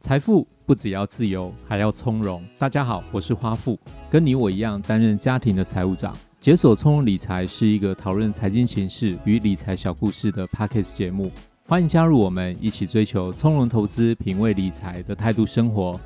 财富不只要自由，还要从容。大家好，我是花富，跟你我一样担任家庭的财务长。解锁从容理财是一个讨论财经情势与理财小故事的 Podcast 节目，欢迎加入我们，一起追求从容投资、品味理财的态度生活。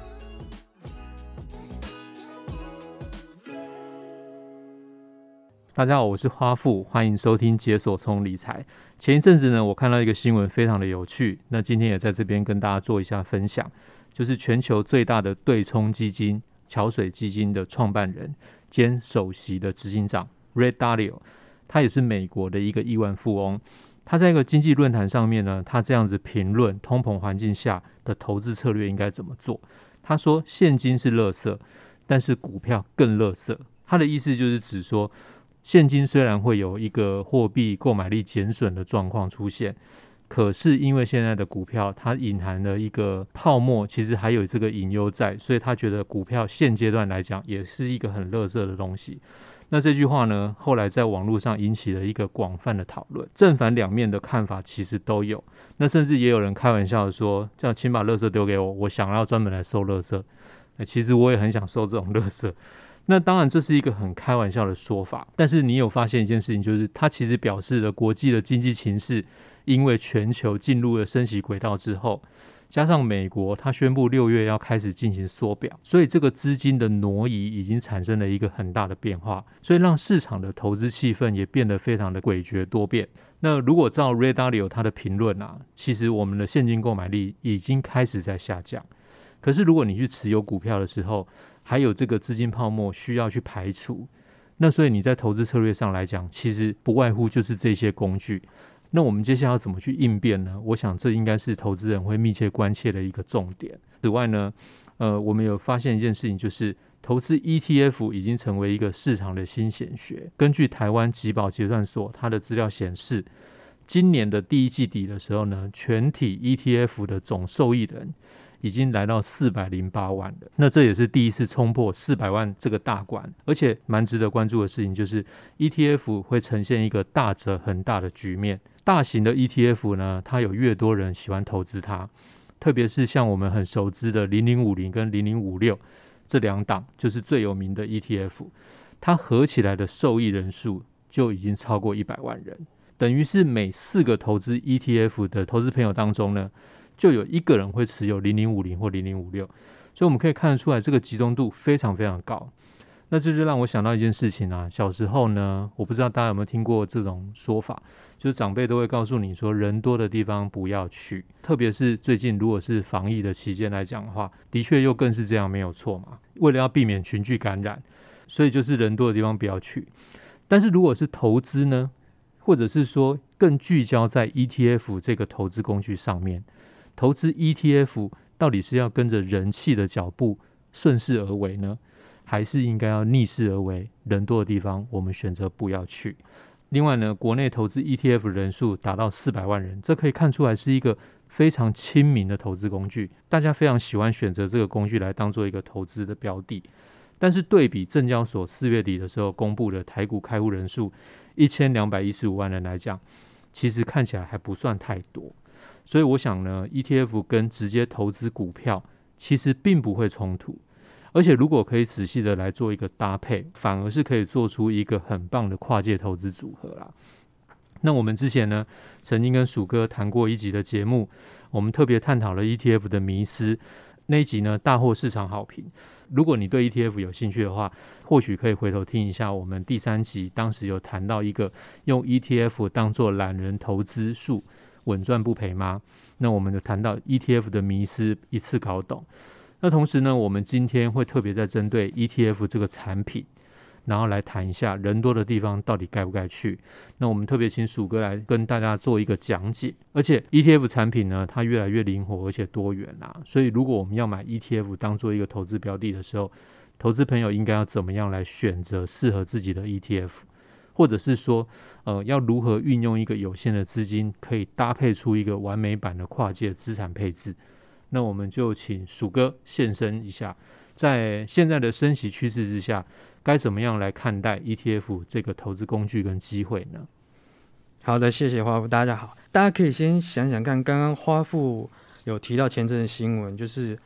大家好，我是花富，欢迎收听解锁从容理财。前一阵子呢，我看到一个新闻非常的有趣，那今天也在这边跟大家做一下分享，就是全球最大的对冲基金桥水基金的创办人兼首席的执行长 Ray Dalio， 他也是美国的一个亿万富翁。他在一个经济论坛上面呢，他这样子评论通膨环境下的投资策略应该怎么做。他说现金是垃圾，但是股票更垃圾。他的意思就是指说，现金虽然会有一个货币购买力减损的状况出现，可是因为现在的股票它隐含了一个泡沫，其实还有这个隐忧在，所以他觉得股票现阶段来讲也是一个很垃圾的东西。那这句话呢，后来在网络上引起了一个广泛的讨论，正反两面的看法其实都有。那甚至也有人开玩笑的说，这样请把垃圾丢给我，我想要专门来收垃圾。其实我也很想收这种垃圾。那当然这是一个很开玩笑的说法，但是你有发现一件事情，就是它其实表示了国际的经济情势因为全球进入了升息轨道之后，加上美国它宣布6月要开始进行缩表，所以这个资金的挪移已经产生了一个很大的变化，所以让市场的投资气氛也变得非常的诡谲多变。那如果照 Ray Dalio 他的评论啊，其实我们的现金购买力已经开始在下降，可是如果你去持有股票的时候，还有这个资金泡沫需要去排除，那所以你在投资策略上来讲，其实不外乎就是这些工具。那我们接下来要怎么去应变呢？我想这应该是投资人会密切关切的一个重点。此外呢，我们有发现一件事情，就是投资 ETF 已经成为一个市场的新显学。根据台湾集保结算所它的资料显示，今年的第一季底的时候呢，全体 ETF 的总受益人已经来到408万了，那这也是第一次冲破400万这个大关。而且蛮值得关注的事情就是 ETF 会呈现一个大者恒大的局面。大型的 ETF 呢，它有越多人喜欢投资它，特别是像我们很熟知的0050跟0056这两档就是最有名的 ETF， 它合起来的受益人数就已经超过100万人，等于是每4个投资 ETF 的投资朋友当中呢，就有1个人会持有0050或0056，所以我们可以看得出来这个集中度非常非常高。那这就让我想到一件事情啊，小时候呢，我不知道大家有没有听过这种说法，就是长辈都会告诉你说人多的地方不要去，特别是最近如果是防疫的期间来讲的话，的确又更是这样，没有错嘛。为了要避免群聚感染，所以就是人多的地方不要去。但是如果是投资呢，或者是说更聚焦在 ETF 这个投资工具上面，投资 ETF 到底是要跟着人气的脚步顺势而为呢，还是应该要逆势而为？人多的地方我们选择不要去。另外呢，国内投资 ETF 人数达到400万人，这可以看出来是一个非常亲民的投资工具，大家非常喜欢选择这个工具来当做一个投资的标的。但是对比证交所4月底的时候公布的台股开户人数1215万人来讲，其实看起来还不算太多。所以我想呢， ETF 跟直接投资股票其实并不会冲突，而且如果可以仔细的来做一个搭配，反而是可以做出一个很棒的跨界投资组合啦。那我们之前呢，曾经跟鼠哥谈过一集的节目，我们特别探讨了 ETF 的迷思，那一集呢大获市场好评。如果你对 ETF 有兴趣的话，或许可以回头听一下我们第3集，当时有谈到一个用 ETF 当作懒人投资术，稳赚不赔吗？那我们就谈到 ETF 的迷思，一次搞懂。那同时呢，我们今天会特别在针对 ETF 这个产品，然后来谈一下人多的地方到底该不该去。那我们特别请鼠哥来跟大家做一个讲解。而且 ETF 产品呢，它越来越灵活而且多元啦，所以如果我们要买 ETF 当做一个投资标的的时候，投资朋友应该要怎么样来选择适合自己的 ETF， 或者是说要如何运用一个有限的资金，可以搭配出一个完美版的跨界资产配置。那我们就请鼠哥现身一下，在现在的升息趋势之下，该怎么样来看待 ETF 这个投资工具跟机会呢？ 好的，谢谢花富，大家好。大家可以先想想看，刚刚花富有提到前阵的新闻，就是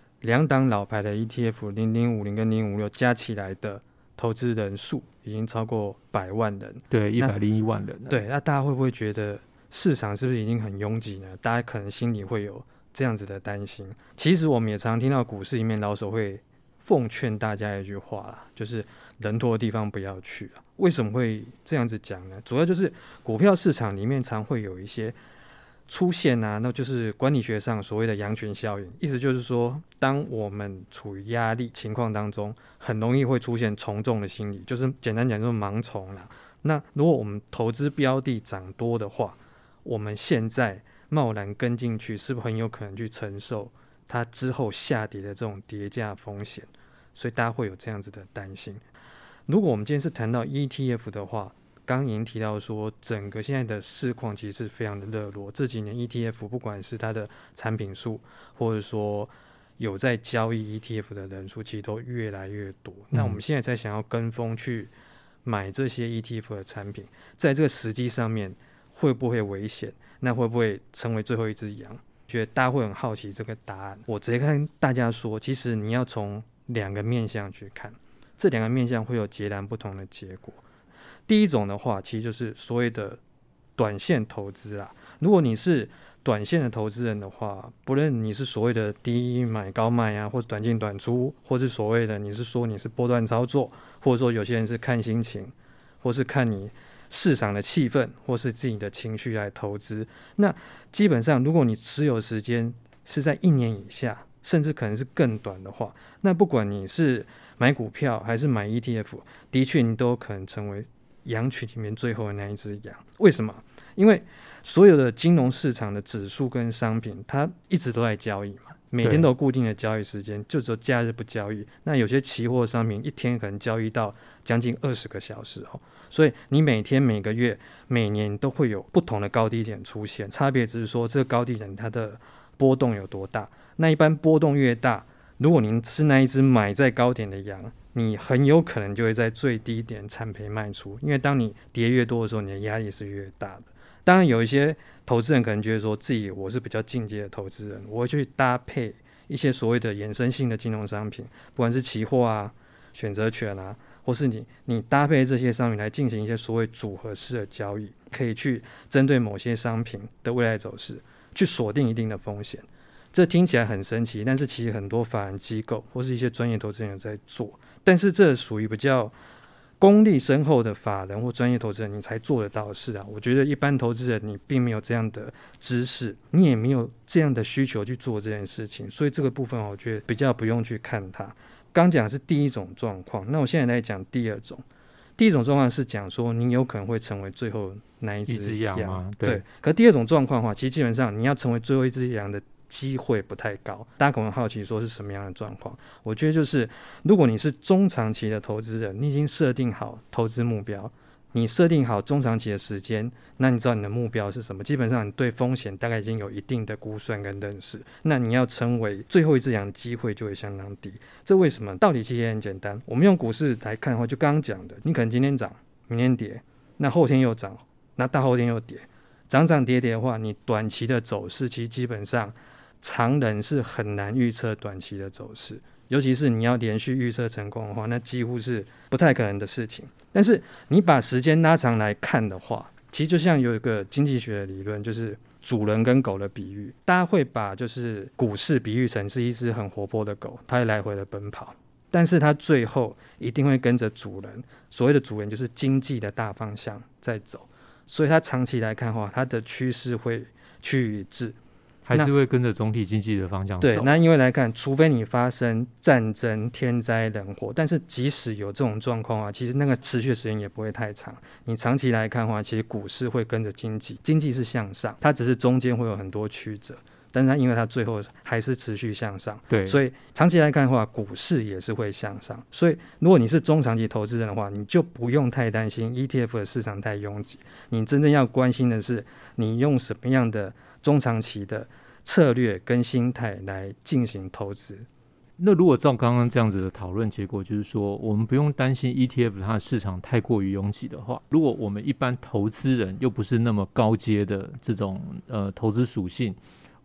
2档老牌的 ETF 0050跟0056加起来的投资人数已经超过100万人， 对，101万人。 对，那大家会不会觉得市场是不是已经很拥挤呢？大家可能心里会有这样子的担心。其实我们也常听到股市里面老手会奉劝大家一句话啦，就是人多的地方不要去啊。为什么会这样子讲呢？主要就是股票市场里面常会有一些出现啊，那就是管理学上所谓的羊群效应，意思就是说，当我们处于压力情况当中，很容易会出现从众的心理，就是简单讲就是盲从啦。那如果我们投资标的涨多的话，我们现在贸然跟进去，是不是很有可能去承受它之后下跌的这种跌价风险？所以大家会有这样子的担心。如果我们今天是谈到 ETF 的话，刚已经提到说，整个现在的市况其实是非常的热络。这几年 ETF 不管是它的产品数，或者说有在交易 ETF 的人数，其实都越来越多。那我们现在才想要跟风去买这些 ETF 的产品，在这个时机上面会不会危险？那会不会成为最后一只羊？觉得大家会很好奇这个答案。我直接跟大家说，其实你要从2个面向去看，这2个面向会有截然不同的结果。第一种的话，其实就是所谓的短线投资啦。如果你是短线的投资人的话，不论你是所谓的低买高卖啊，或者短进短出，或是所谓的你是波段操作，或者说有些人是看心情，或是看你市场的气氛，或是自己的情绪来投资。那基本上，如果你持有时间是在1年以下，甚至可能是更短的话，那不管你是买股票还是买 ETF， 的确你都有可能成为羊群里面最后的那一只羊。为什么？因为所有的金融市场的指数跟商品，它一直都在交易嘛，每天都有固定的交易时间，就只有假日不交易。那有些期货商品一天可能交易到将近20个小时哦，所以你每天、每个月、每年都会有不同的高低点出现，差别只是说这个高低点它的波动有多大。那一般波动越大，如果您是那一只买在高点的羊，你很有可能就会在最低点惨赔卖出，因为当你跌越多的时候，你的压力是越大的。当然有一些投资人可能觉得说自己我是比较进阶的投资人，我会去搭配一些所谓的衍生性的金融商品，不管是期货啊、选择权啊，或是你搭配这些商品来进行一些所谓组合式的交易，可以去针对某些商品的未来走势去锁定一定的风险。这听起来很神奇，但是其实很多法人机构或是一些专业投资人有在做，但是这属于比较功力深厚的法人或专业投资人你才做得到的事啊。我觉得一般投资人你并没有这样的知识，你也没有这样的需求去做这件事情，所以这个部分我觉得比较不用去看它。刚讲的是第一种状况，那我现在来讲第二种。第一种状况是讲说你有可能会成为最后那一只羊吗？对。可第二种状况的话，其实基本上你要成为最后一只羊的机会不太高。大家可能好奇说是什么样的状况？我觉得就是如果你是中长期的投资人，你已经设定好投资目标，你设定好中长期的时间，那你知道你的目标是什么，基本上你对风险大概已经有一定的估算跟认识，那你要成为最后一只羊的机会就会相当低。这为什么？道理其实很简单，我们用股市来看的话，就刚刚讲的，你可能今天涨，明天跌，那后天又涨，那大后天又跌，涨涨跌跌的话，你短期的走势其实基本上常人是很难预测短期的走势，尤其是你要连续预测成功的话，那几乎是不太可能的事情。但是你把时间拉长来看的话，其实就像有一个经济学的理论，就是主人跟狗的比喻，大家会把就是股市比喻成是一只很活泼的狗，它会来回的奔跑，但是它最后一定会跟着主人，所谓的主人就是经济的大方向在走，所以它长期来看的话，它的趋势会趋于一致， 还是会跟着总体经济的方向走。 对，那因为来看，除非你发生战争、天灾人祸，但是即使有这种状况啊，其实那个持续的时间也不会太长。你长期来看的话，其实股市会跟着经济，经济是向上，它只是中间会有很多曲折，但是它因为它最后还是持续向上， 对， 所以长期来看的话，股市也是会向上。所以如果你是中长期投资人的话，你就不用太担心 ETF 的市场太拥挤，你真正要关心的是你用什么样的中长期的策略跟心态来进行投资。 那如果照刚刚这样子的讨论结果，就是说我们不用担心 ETF 它的市场太过于拥挤的话，如果我们一般投资人又不是那么高阶的这种投资属性，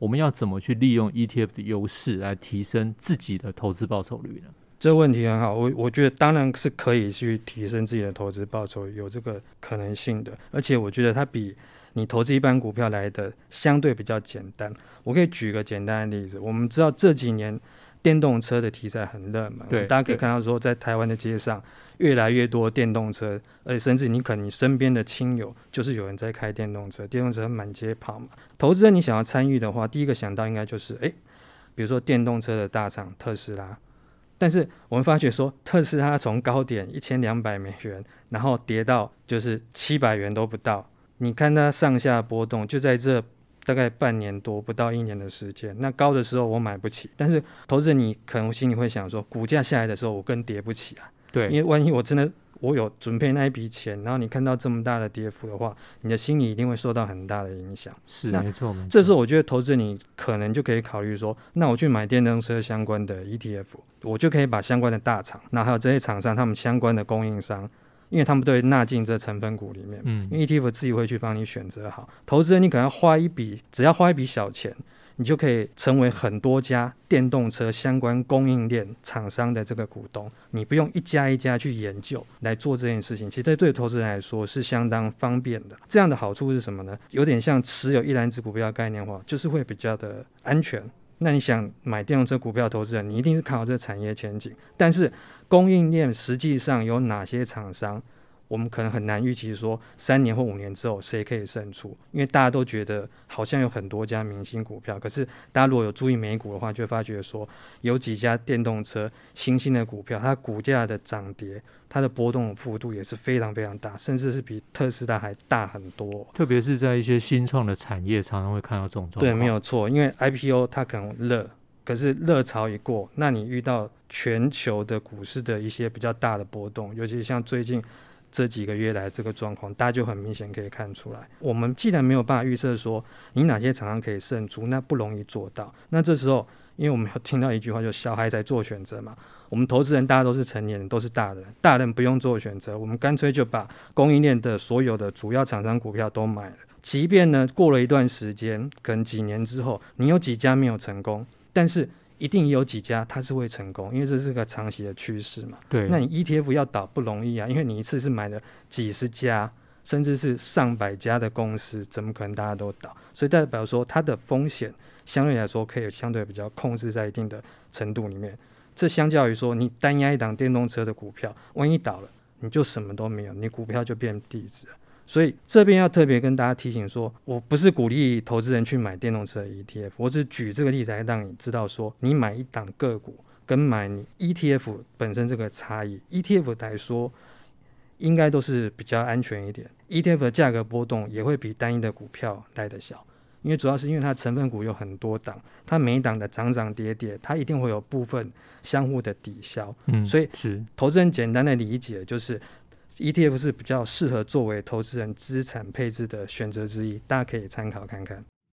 我们要怎么去利用 ETF 的优势来提升自己的投资报酬率呢？ 这问题很好，我觉得当然是可以去提升自己的投资报酬，有这个可能性的，而且我觉得它比你投资一般股票来的相对比较简单。我可以举个简单的例子，我们知道这几年电动车的题材很热门， 对， 大家可以看到说在台湾的街上越来越多电动车，而且甚至你可能你身边的亲友就是有人在开电动车，电动车满街跑嘛。投资人你想要参与的话，第一个想到应该就是比如说电动车的大厂特斯拉，但是我们发觉说特斯拉从高点$1200，然后跌到就是700元都不到，你看它上下波动就在这大概半年多不到1年的时间，那高的时候我买不起，但是投资人你可能心里会想说，股价下来的时候我更跌不起啊。 对， 因为万一我有准备那一笔钱，然后你看到这么大的跌幅的话，你的心理一定会受到很大的影响。 是没错。 这时候我觉得投资人你可能就可以考虑说，那我去买电动车相关的 ETF， 我就可以把相关的大厂，那还有这些厂商他们相关的供应商，因为他们都会纳进这成分股里面，因为 ETF 自己会去帮你选择好。投资人你可能只要花一笔小钱，你就可以成为很多家电动车相关供应链厂商的这个股东，你不用一家一家去研究来做这件事情，其实对投资人来说是相当方便的。这样的好处是什么呢？有点像持有一篮子股票概念化，就是会比较的安全。那你想买电动车股票的投资人，你一定是看好这个产业前景，但是供应链实际上有哪些厂商，我们可能很难预期说3年或5年之后谁可以胜出，因为大家都觉得好像有很多家明星股票，可是大家如果有注意美股的话，就会发觉说有几家电动车新兴的股票，它股价的涨跌，它的波动幅度也是非常非常大，甚至是比特斯拉还大很多， 特别是在一些新创的产业常常会看到这种状况。 对，没有错，因为 IPO 它可能热，可是热潮一过，那你遇到全球的股市的一些比较大的波动，尤其像最近这几个月来这个状况，大家就很明显可以看出来。我们既然没有办法预测说你哪些厂商可以胜出，那不容易做到。那这时候，因为我们有听到一句话，就小孩在做选择嘛。我们投资人大家都是成年人，都是大人，大人不用做选择，我们干脆就把供应链的所有的主要厂商股票都买了。即便呢过了一段时间，可能几年之后，你有几家没有成功，但是一定有几家它是会成功，因为这是个长期的趋势嘛。 对， 那你 ETF 要倒不容易啊，因为你一次是买了几十家，甚至是上百家的公司，怎么可能大家都倒？所以代表说它的风险相对来说可以相对比较控制在一定的程度里面。这相较于说你单押一档电动车的股票，万一倒了，你就什么都没有，你股票就变地址了。所以这边要特别跟大家提醒说，我不是鼓励投资人去买电动车的 ETF， 我只举这个例子来让你知道说，你买一档个股跟买你 ETF 本身这个差异。ETF 来说应该都是比较安全一点， ETF 的价格波动也会比单一的股票来得小，因为主要是因为它成分股有很多档，它每一档的涨涨跌跌，它一定会有部分相互的抵消，所以投资人简单的理解就是ETF 是比较适合作为投资人资产配置的选择之一，大家可以参考看看。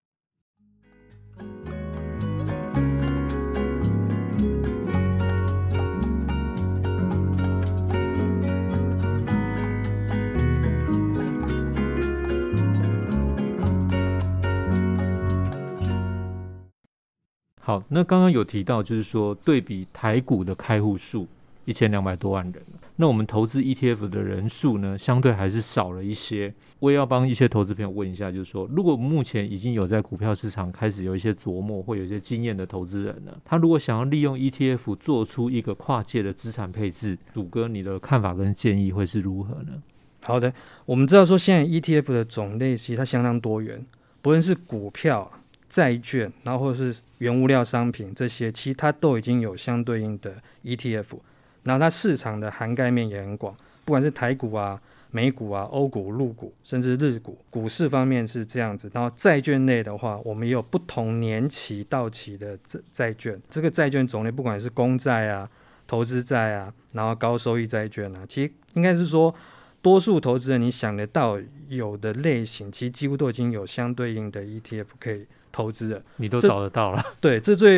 好，那刚刚有提到就是说对比台股的开户数1200多万人，那我们投资 ETF 的人数呢，相对还是少了一些。我也要帮一些投资朋友问一下，就是说，如果目前已经有在股票市场开始有一些琢磨或有一些经验的投资人呢，他如果想要利用 ETF 做出一个跨界的资产配置，祖哥你的看法跟建议会是如何呢？ 好的，我们知道说现在 ETF 的种类其实它相当多元，不论是股票、债券，然后或者是原物料商品这些，其实它都已经有相对应的 ETF， 然后它市场的涵盖面也很广，不管是台股啊、美股啊、欧股、陆股，甚至日股，股市方面是这样子。然后债券类的话，我们也有不同年期到期的债券，这个债券种类不管是公债啊、投资债啊，然后高收益债券啊，其实应该是说多数投资人你想得到有的类型，其实几乎都已经有相对应的 ETF 可以投资了， 你都找得到了。 对，这最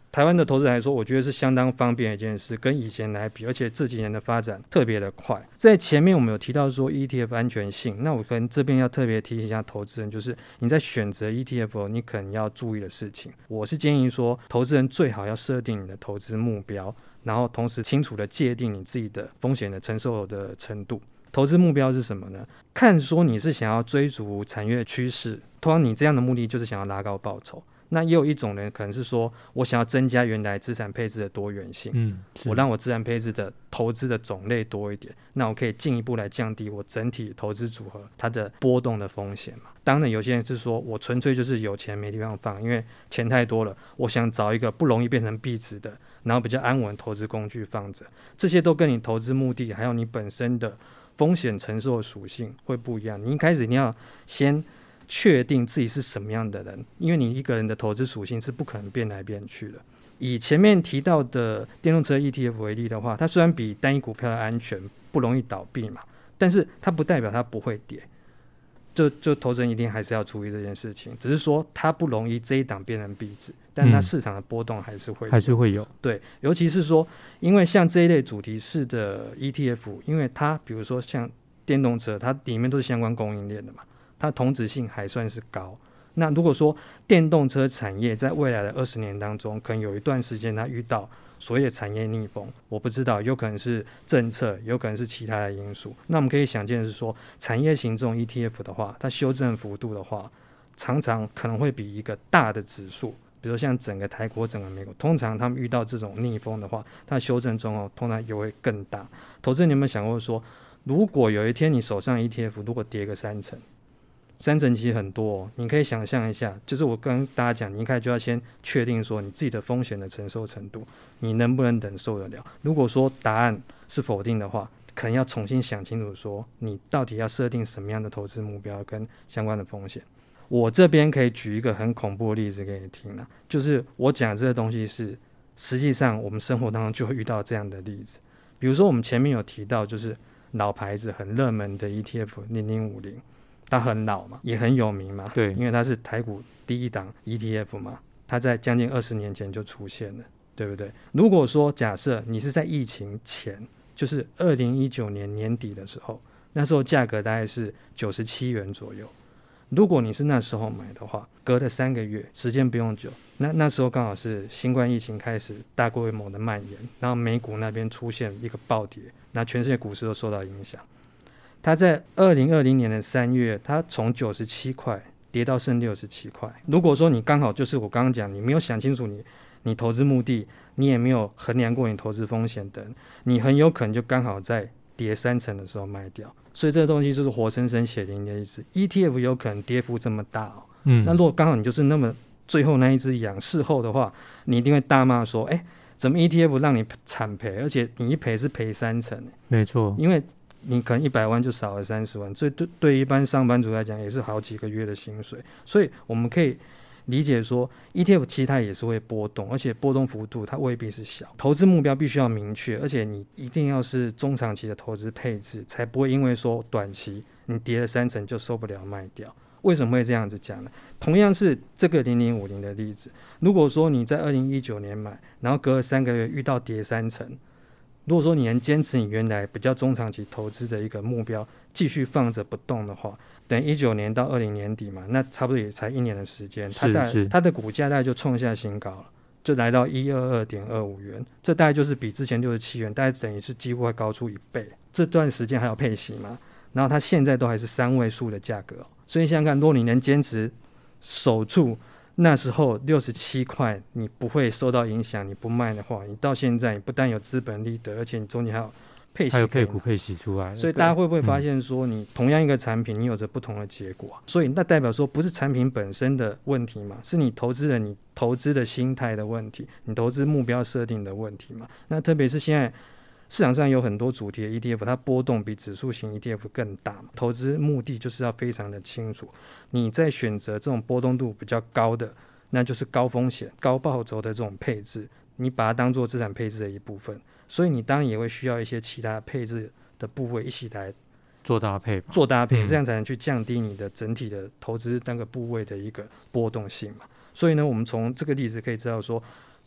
台湾的投资来说，我觉得是相当方便的一件事，跟以前来比，而且这几年的发展特别的快。在前面我们有提到说 ETF 安全性，那我可能这边要特别提醒一下投资人，就是你在选择 ETF 你可能要注意的事情。我是建议说，投资人最好要设定你的投资目标，然后同时清楚的界定你自己的风险的承受的程度。投资目标是什么呢？看说你是想要追逐产业趋势，通常你这样的目的就是想要拉高报酬。那也有一种人可能是说我想要增加原来资产配置的多元性，我让我资产配置的投资的种类多一点，那我可以进一步来降低我整体投资组合它的波动的风险嘛。当然有些人是说我纯粹就是有钱没地方放，因为钱太多了，我想找一个不容易变成壁纸的，然后比较安稳投资工具放着，这些都跟你投资目的还有你本身的风险承受属性会不一样。你一开始你要先确定自己是什么样的人，因为你一个人的投资属性是不可能变来变去的。以前面提到的电动车 ETF 为例的话，它虽然比单一股票的安全，不容易倒闭嘛，但是它不代表它不会跌，就投资人一定还是要注意这件事情，只是说它不容易这一档变成壁纸，但它市场的波动还是会有，对，尤其是说因为像这一类主题式的 ETF， 因为它比如说像电动车，它里面都是相关供应链的嘛，它同质性还算是高。那如果说电动车产业在未来的20年当中，可能有一段时间它遇到所谓的产业逆风，我不知道，有可能是政策，有可能是其他的因素。那我们可以想见的是说，产业型这种 ETF 的话，它修正幅度的话，常常可能会比一个大的指数，比如像整个台国、整个美国，通常他们遇到这种逆风的话，它的修正状况通常也会更大。投资人，你有没有想过说，如果有一天你手上 ETF 如果跌个3成，3成其实很多哦，你可以想象一下，就是我跟大家讲，你一开始就要先确定说你自己的风险的承受程度，你能不能忍受得了。如果说答案是否定的话，可能要重新想清楚说你到底要设定什么样的投资目标跟相关的风险。我这边可以举一个很恐怖的例子给你听啦，就是我讲这个东西是实际上我们生活当中就会遇到这样的例子。比如说我们前面有提到，就是老牌子很热门的 ETF 0050，它很老嘛，也很有名嘛， 对， 因为它是台股第一档 ETF 嘛，它在将近20年前就出现了，对不对？如果说假设你是在疫情前，就是2019年年底的时候，那时候价格大概是97元左右，如果你是那时候买的话，隔了3个月，时间不用久，那时候刚好是新冠疫情开始大规模的蔓延，然后美股那边出现一个暴跌，那全世界股市都受到影响。它在2020年的3月，它从97块跌到剩67块。如果说你刚好就是我刚刚讲，你没有想清楚你投资目的，你也没有衡量过你投资风险等，你很有可能就刚好在跌3成的时候卖掉。所以这个东西就是活生生血淋淋的意思。ETF 有可能跌幅这么大哦，那如果刚好你就是那么最后那一只羊，事后的话，你一定会大骂说，怎么 ETF 让你惨赔，而且你一赔是赔3成， 没错， 因为你可能100万就少了30万，所以对一般上班族来讲也是好几个月的薪水。所以我们可以理解说 ETF 其实它也是会波动，而且波动幅度它未必是小。投资目标必须要明确，而且你一定要是中长期的投资配置，才不会因为说短期你跌了3成就受不了卖掉。为什么会这样子讲呢？同样是这个0050的例子，如果说你在2019年买，然后隔了3个月遇到跌3成，如果说你能坚持你原来比较中长期投资的一个目标，继续放着不动的话，等19年到20年底嘛，那差不多也才1年的时间，它的股价大概就创下新高了，就来到122.25元，这大概就是比之前67元，大概等于是几乎会高出1倍。这段时间还有配息嘛，然后它现在都还是3位数的价格所以想想看，如果你能坚持守住那时候67块，你不会受到影响，你不卖的话，你到现在你不但有资本利得，而且你中间还有配息， 还有配股配息出来， 所以大家会不会发现说，你同样一个产品，你有着不同的结果所以那代表说不是产品本身的问题嘛，是你投资人你投资的心态的问题，你投资目标设定的问题嘛。那特别是现在市场上有很多主题的 ETF， 它波动比指数型 ETF 更大嘛，投资目的就是要非常的清楚。你在选择这种波动度比较高的，那就是高风险高报酬的这种配置，你把它当做资产配置的一部分，所以你当然也会需要一些其他配置的部位一起来做搭配， 这样才能去降低你的整体的投资那个部位的一个波动性嘛。所以呢，我们从这个例子可以知道说，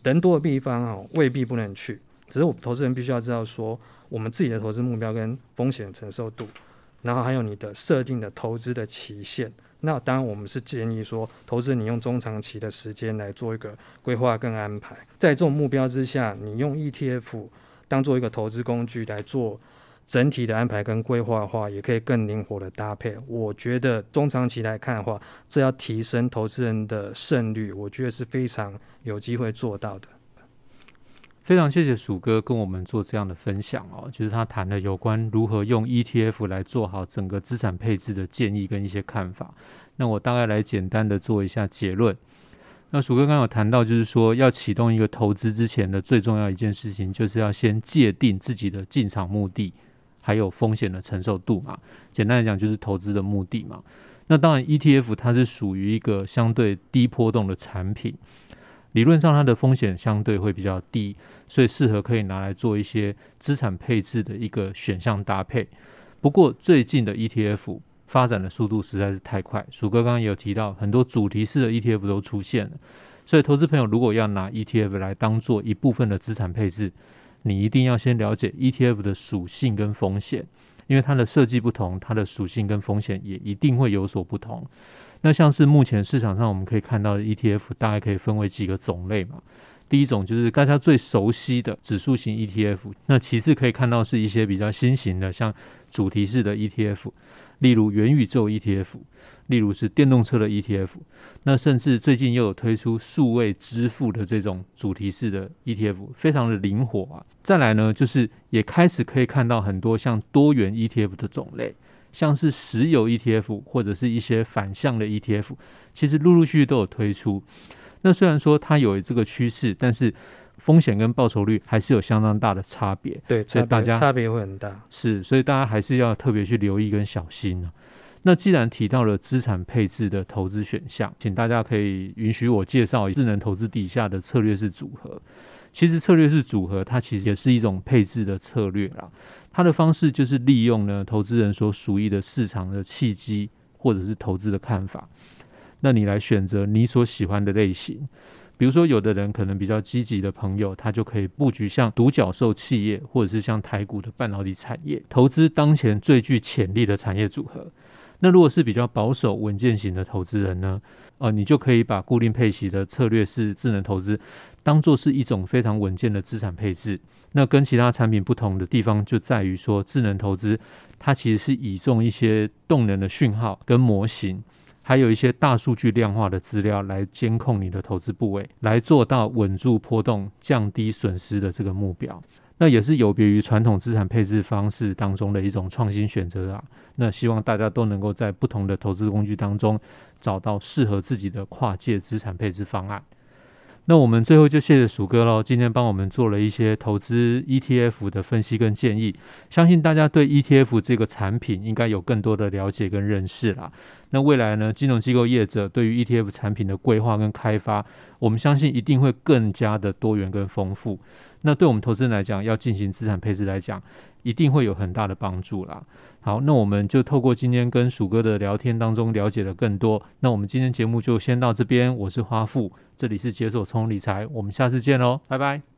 人多的地方未必不能去，只是我们投资人必须要知道说我们自己的投资目标跟风险承受度，然后还有你的设定的投资的期限。那当然我们是建议说投资人你用中长期的时间来做一个规划跟安排，在这种目标之下，你用 ETF 当做一个投资工具来做整体的安排跟规划的话，也可以更灵活的搭配。我觉得中长期来看的话，这要提升投资人的胜率，我觉得是非常有机会做到的。 非常谢谢鼠哥跟我们做这样的分享哦，就是他谈了有关如何用 ETF 来做好整个资产配置的建议跟一些看法。那我大概来简单的做一下结论。那鼠哥刚刚有谈到，就是说要启动一个投资之前的最重要一件事情，就是要先界定自己的进场目的，还有风险的承受度嘛。简单来讲，就是投资的目的嘛。那当然 ETF 它是属于一个相对低波动的产品，理论上它的风险相对会比较低，所以适合可以拿来做一些资产配置的一个选项搭配。不过最近的 ETF 发展的速度实在是太快，鼠哥刚刚也有提到很多主题式的 ETF 都出现了，所以投资朋友如果要拿 ETF 来当做一部分的资产配置，你一定要先了解 ETF 的属性跟风险，因为它的设计不同，它的属性跟风险也一定会有所不同。那像是目前市场上我们可以看到的 ETF 大概可以分为几个种类嘛。第一种就是大家最熟悉的指数型 ETF， 那其次可以看到是一些比较新型的像主题式的 ETF， 例如元宇宙 ETF， 例如是电动车的 ETF， 那甚至最近又有推出数位支付的这种主题式的 ETF， 非常的灵活啊。再来呢，就是也开始可以看到很多像多元 ETF 的种类，像是石油 ETF 或者是一些反向的 ETF， 其实陆陆续续都有推出。那虽然说它有这个趋势，但是风险跟报酬率还是有相当大的差别。 对， 所以大家差别会很大。 是，所以大家还是要特别去留意跟小心啊。那既然提到了资产配置的投资选项，请大家可以允许我介绍智能投资底下的策略式组合。其实策略式组合它其实也是一种配置的策略啦，它的方式就是利用呢投资人所属意的市场的契机或者是投资的看法，那你来选择你所喜欢的类型。比如说有的人可能比较积极的朋友，他就可以布局像独角兽企业或者是像台股的半导体产业，投资当前最具潜力的产业组合。那如果是比较保守稳健型的投资人呢，你就可以把固定配息的策略式智能投资当作是一种非常稳健的资产配置。那跟其他产品不同的地方就在于说，智能投资它其实是倚重一些动能的讯号跟模型，还有一些大数据量化的资料来监控你的投资部位，来做到稳住波动、降低损失的这个目标。那也是有别于传统资产配置方式当中的一种创新选择啊。那希望大家都能够在不同的投资工具当中找到适合自己的跨界资产配置方案。那我们最后就谢谢鼠哥咯，今天帮我们做了一些投资 ETF 的分析跟建议，相信大家对 ETF 这个产品应该有更多的了解跟认识啦。那未来呢，金融机构业者对于 ETF 产品的规划跟开发，我们相信一定会更加的多元跟丰富。那对我们投资人来讲，要进行资产配置来讲，一定会有很大的帮助啦。好，那我们就透过今天跟鼠哥的聊天当中了解了更多。那我们今天节目就先到这边，我是花富，这里是解锁从理财，我们下次见咯，拜拜。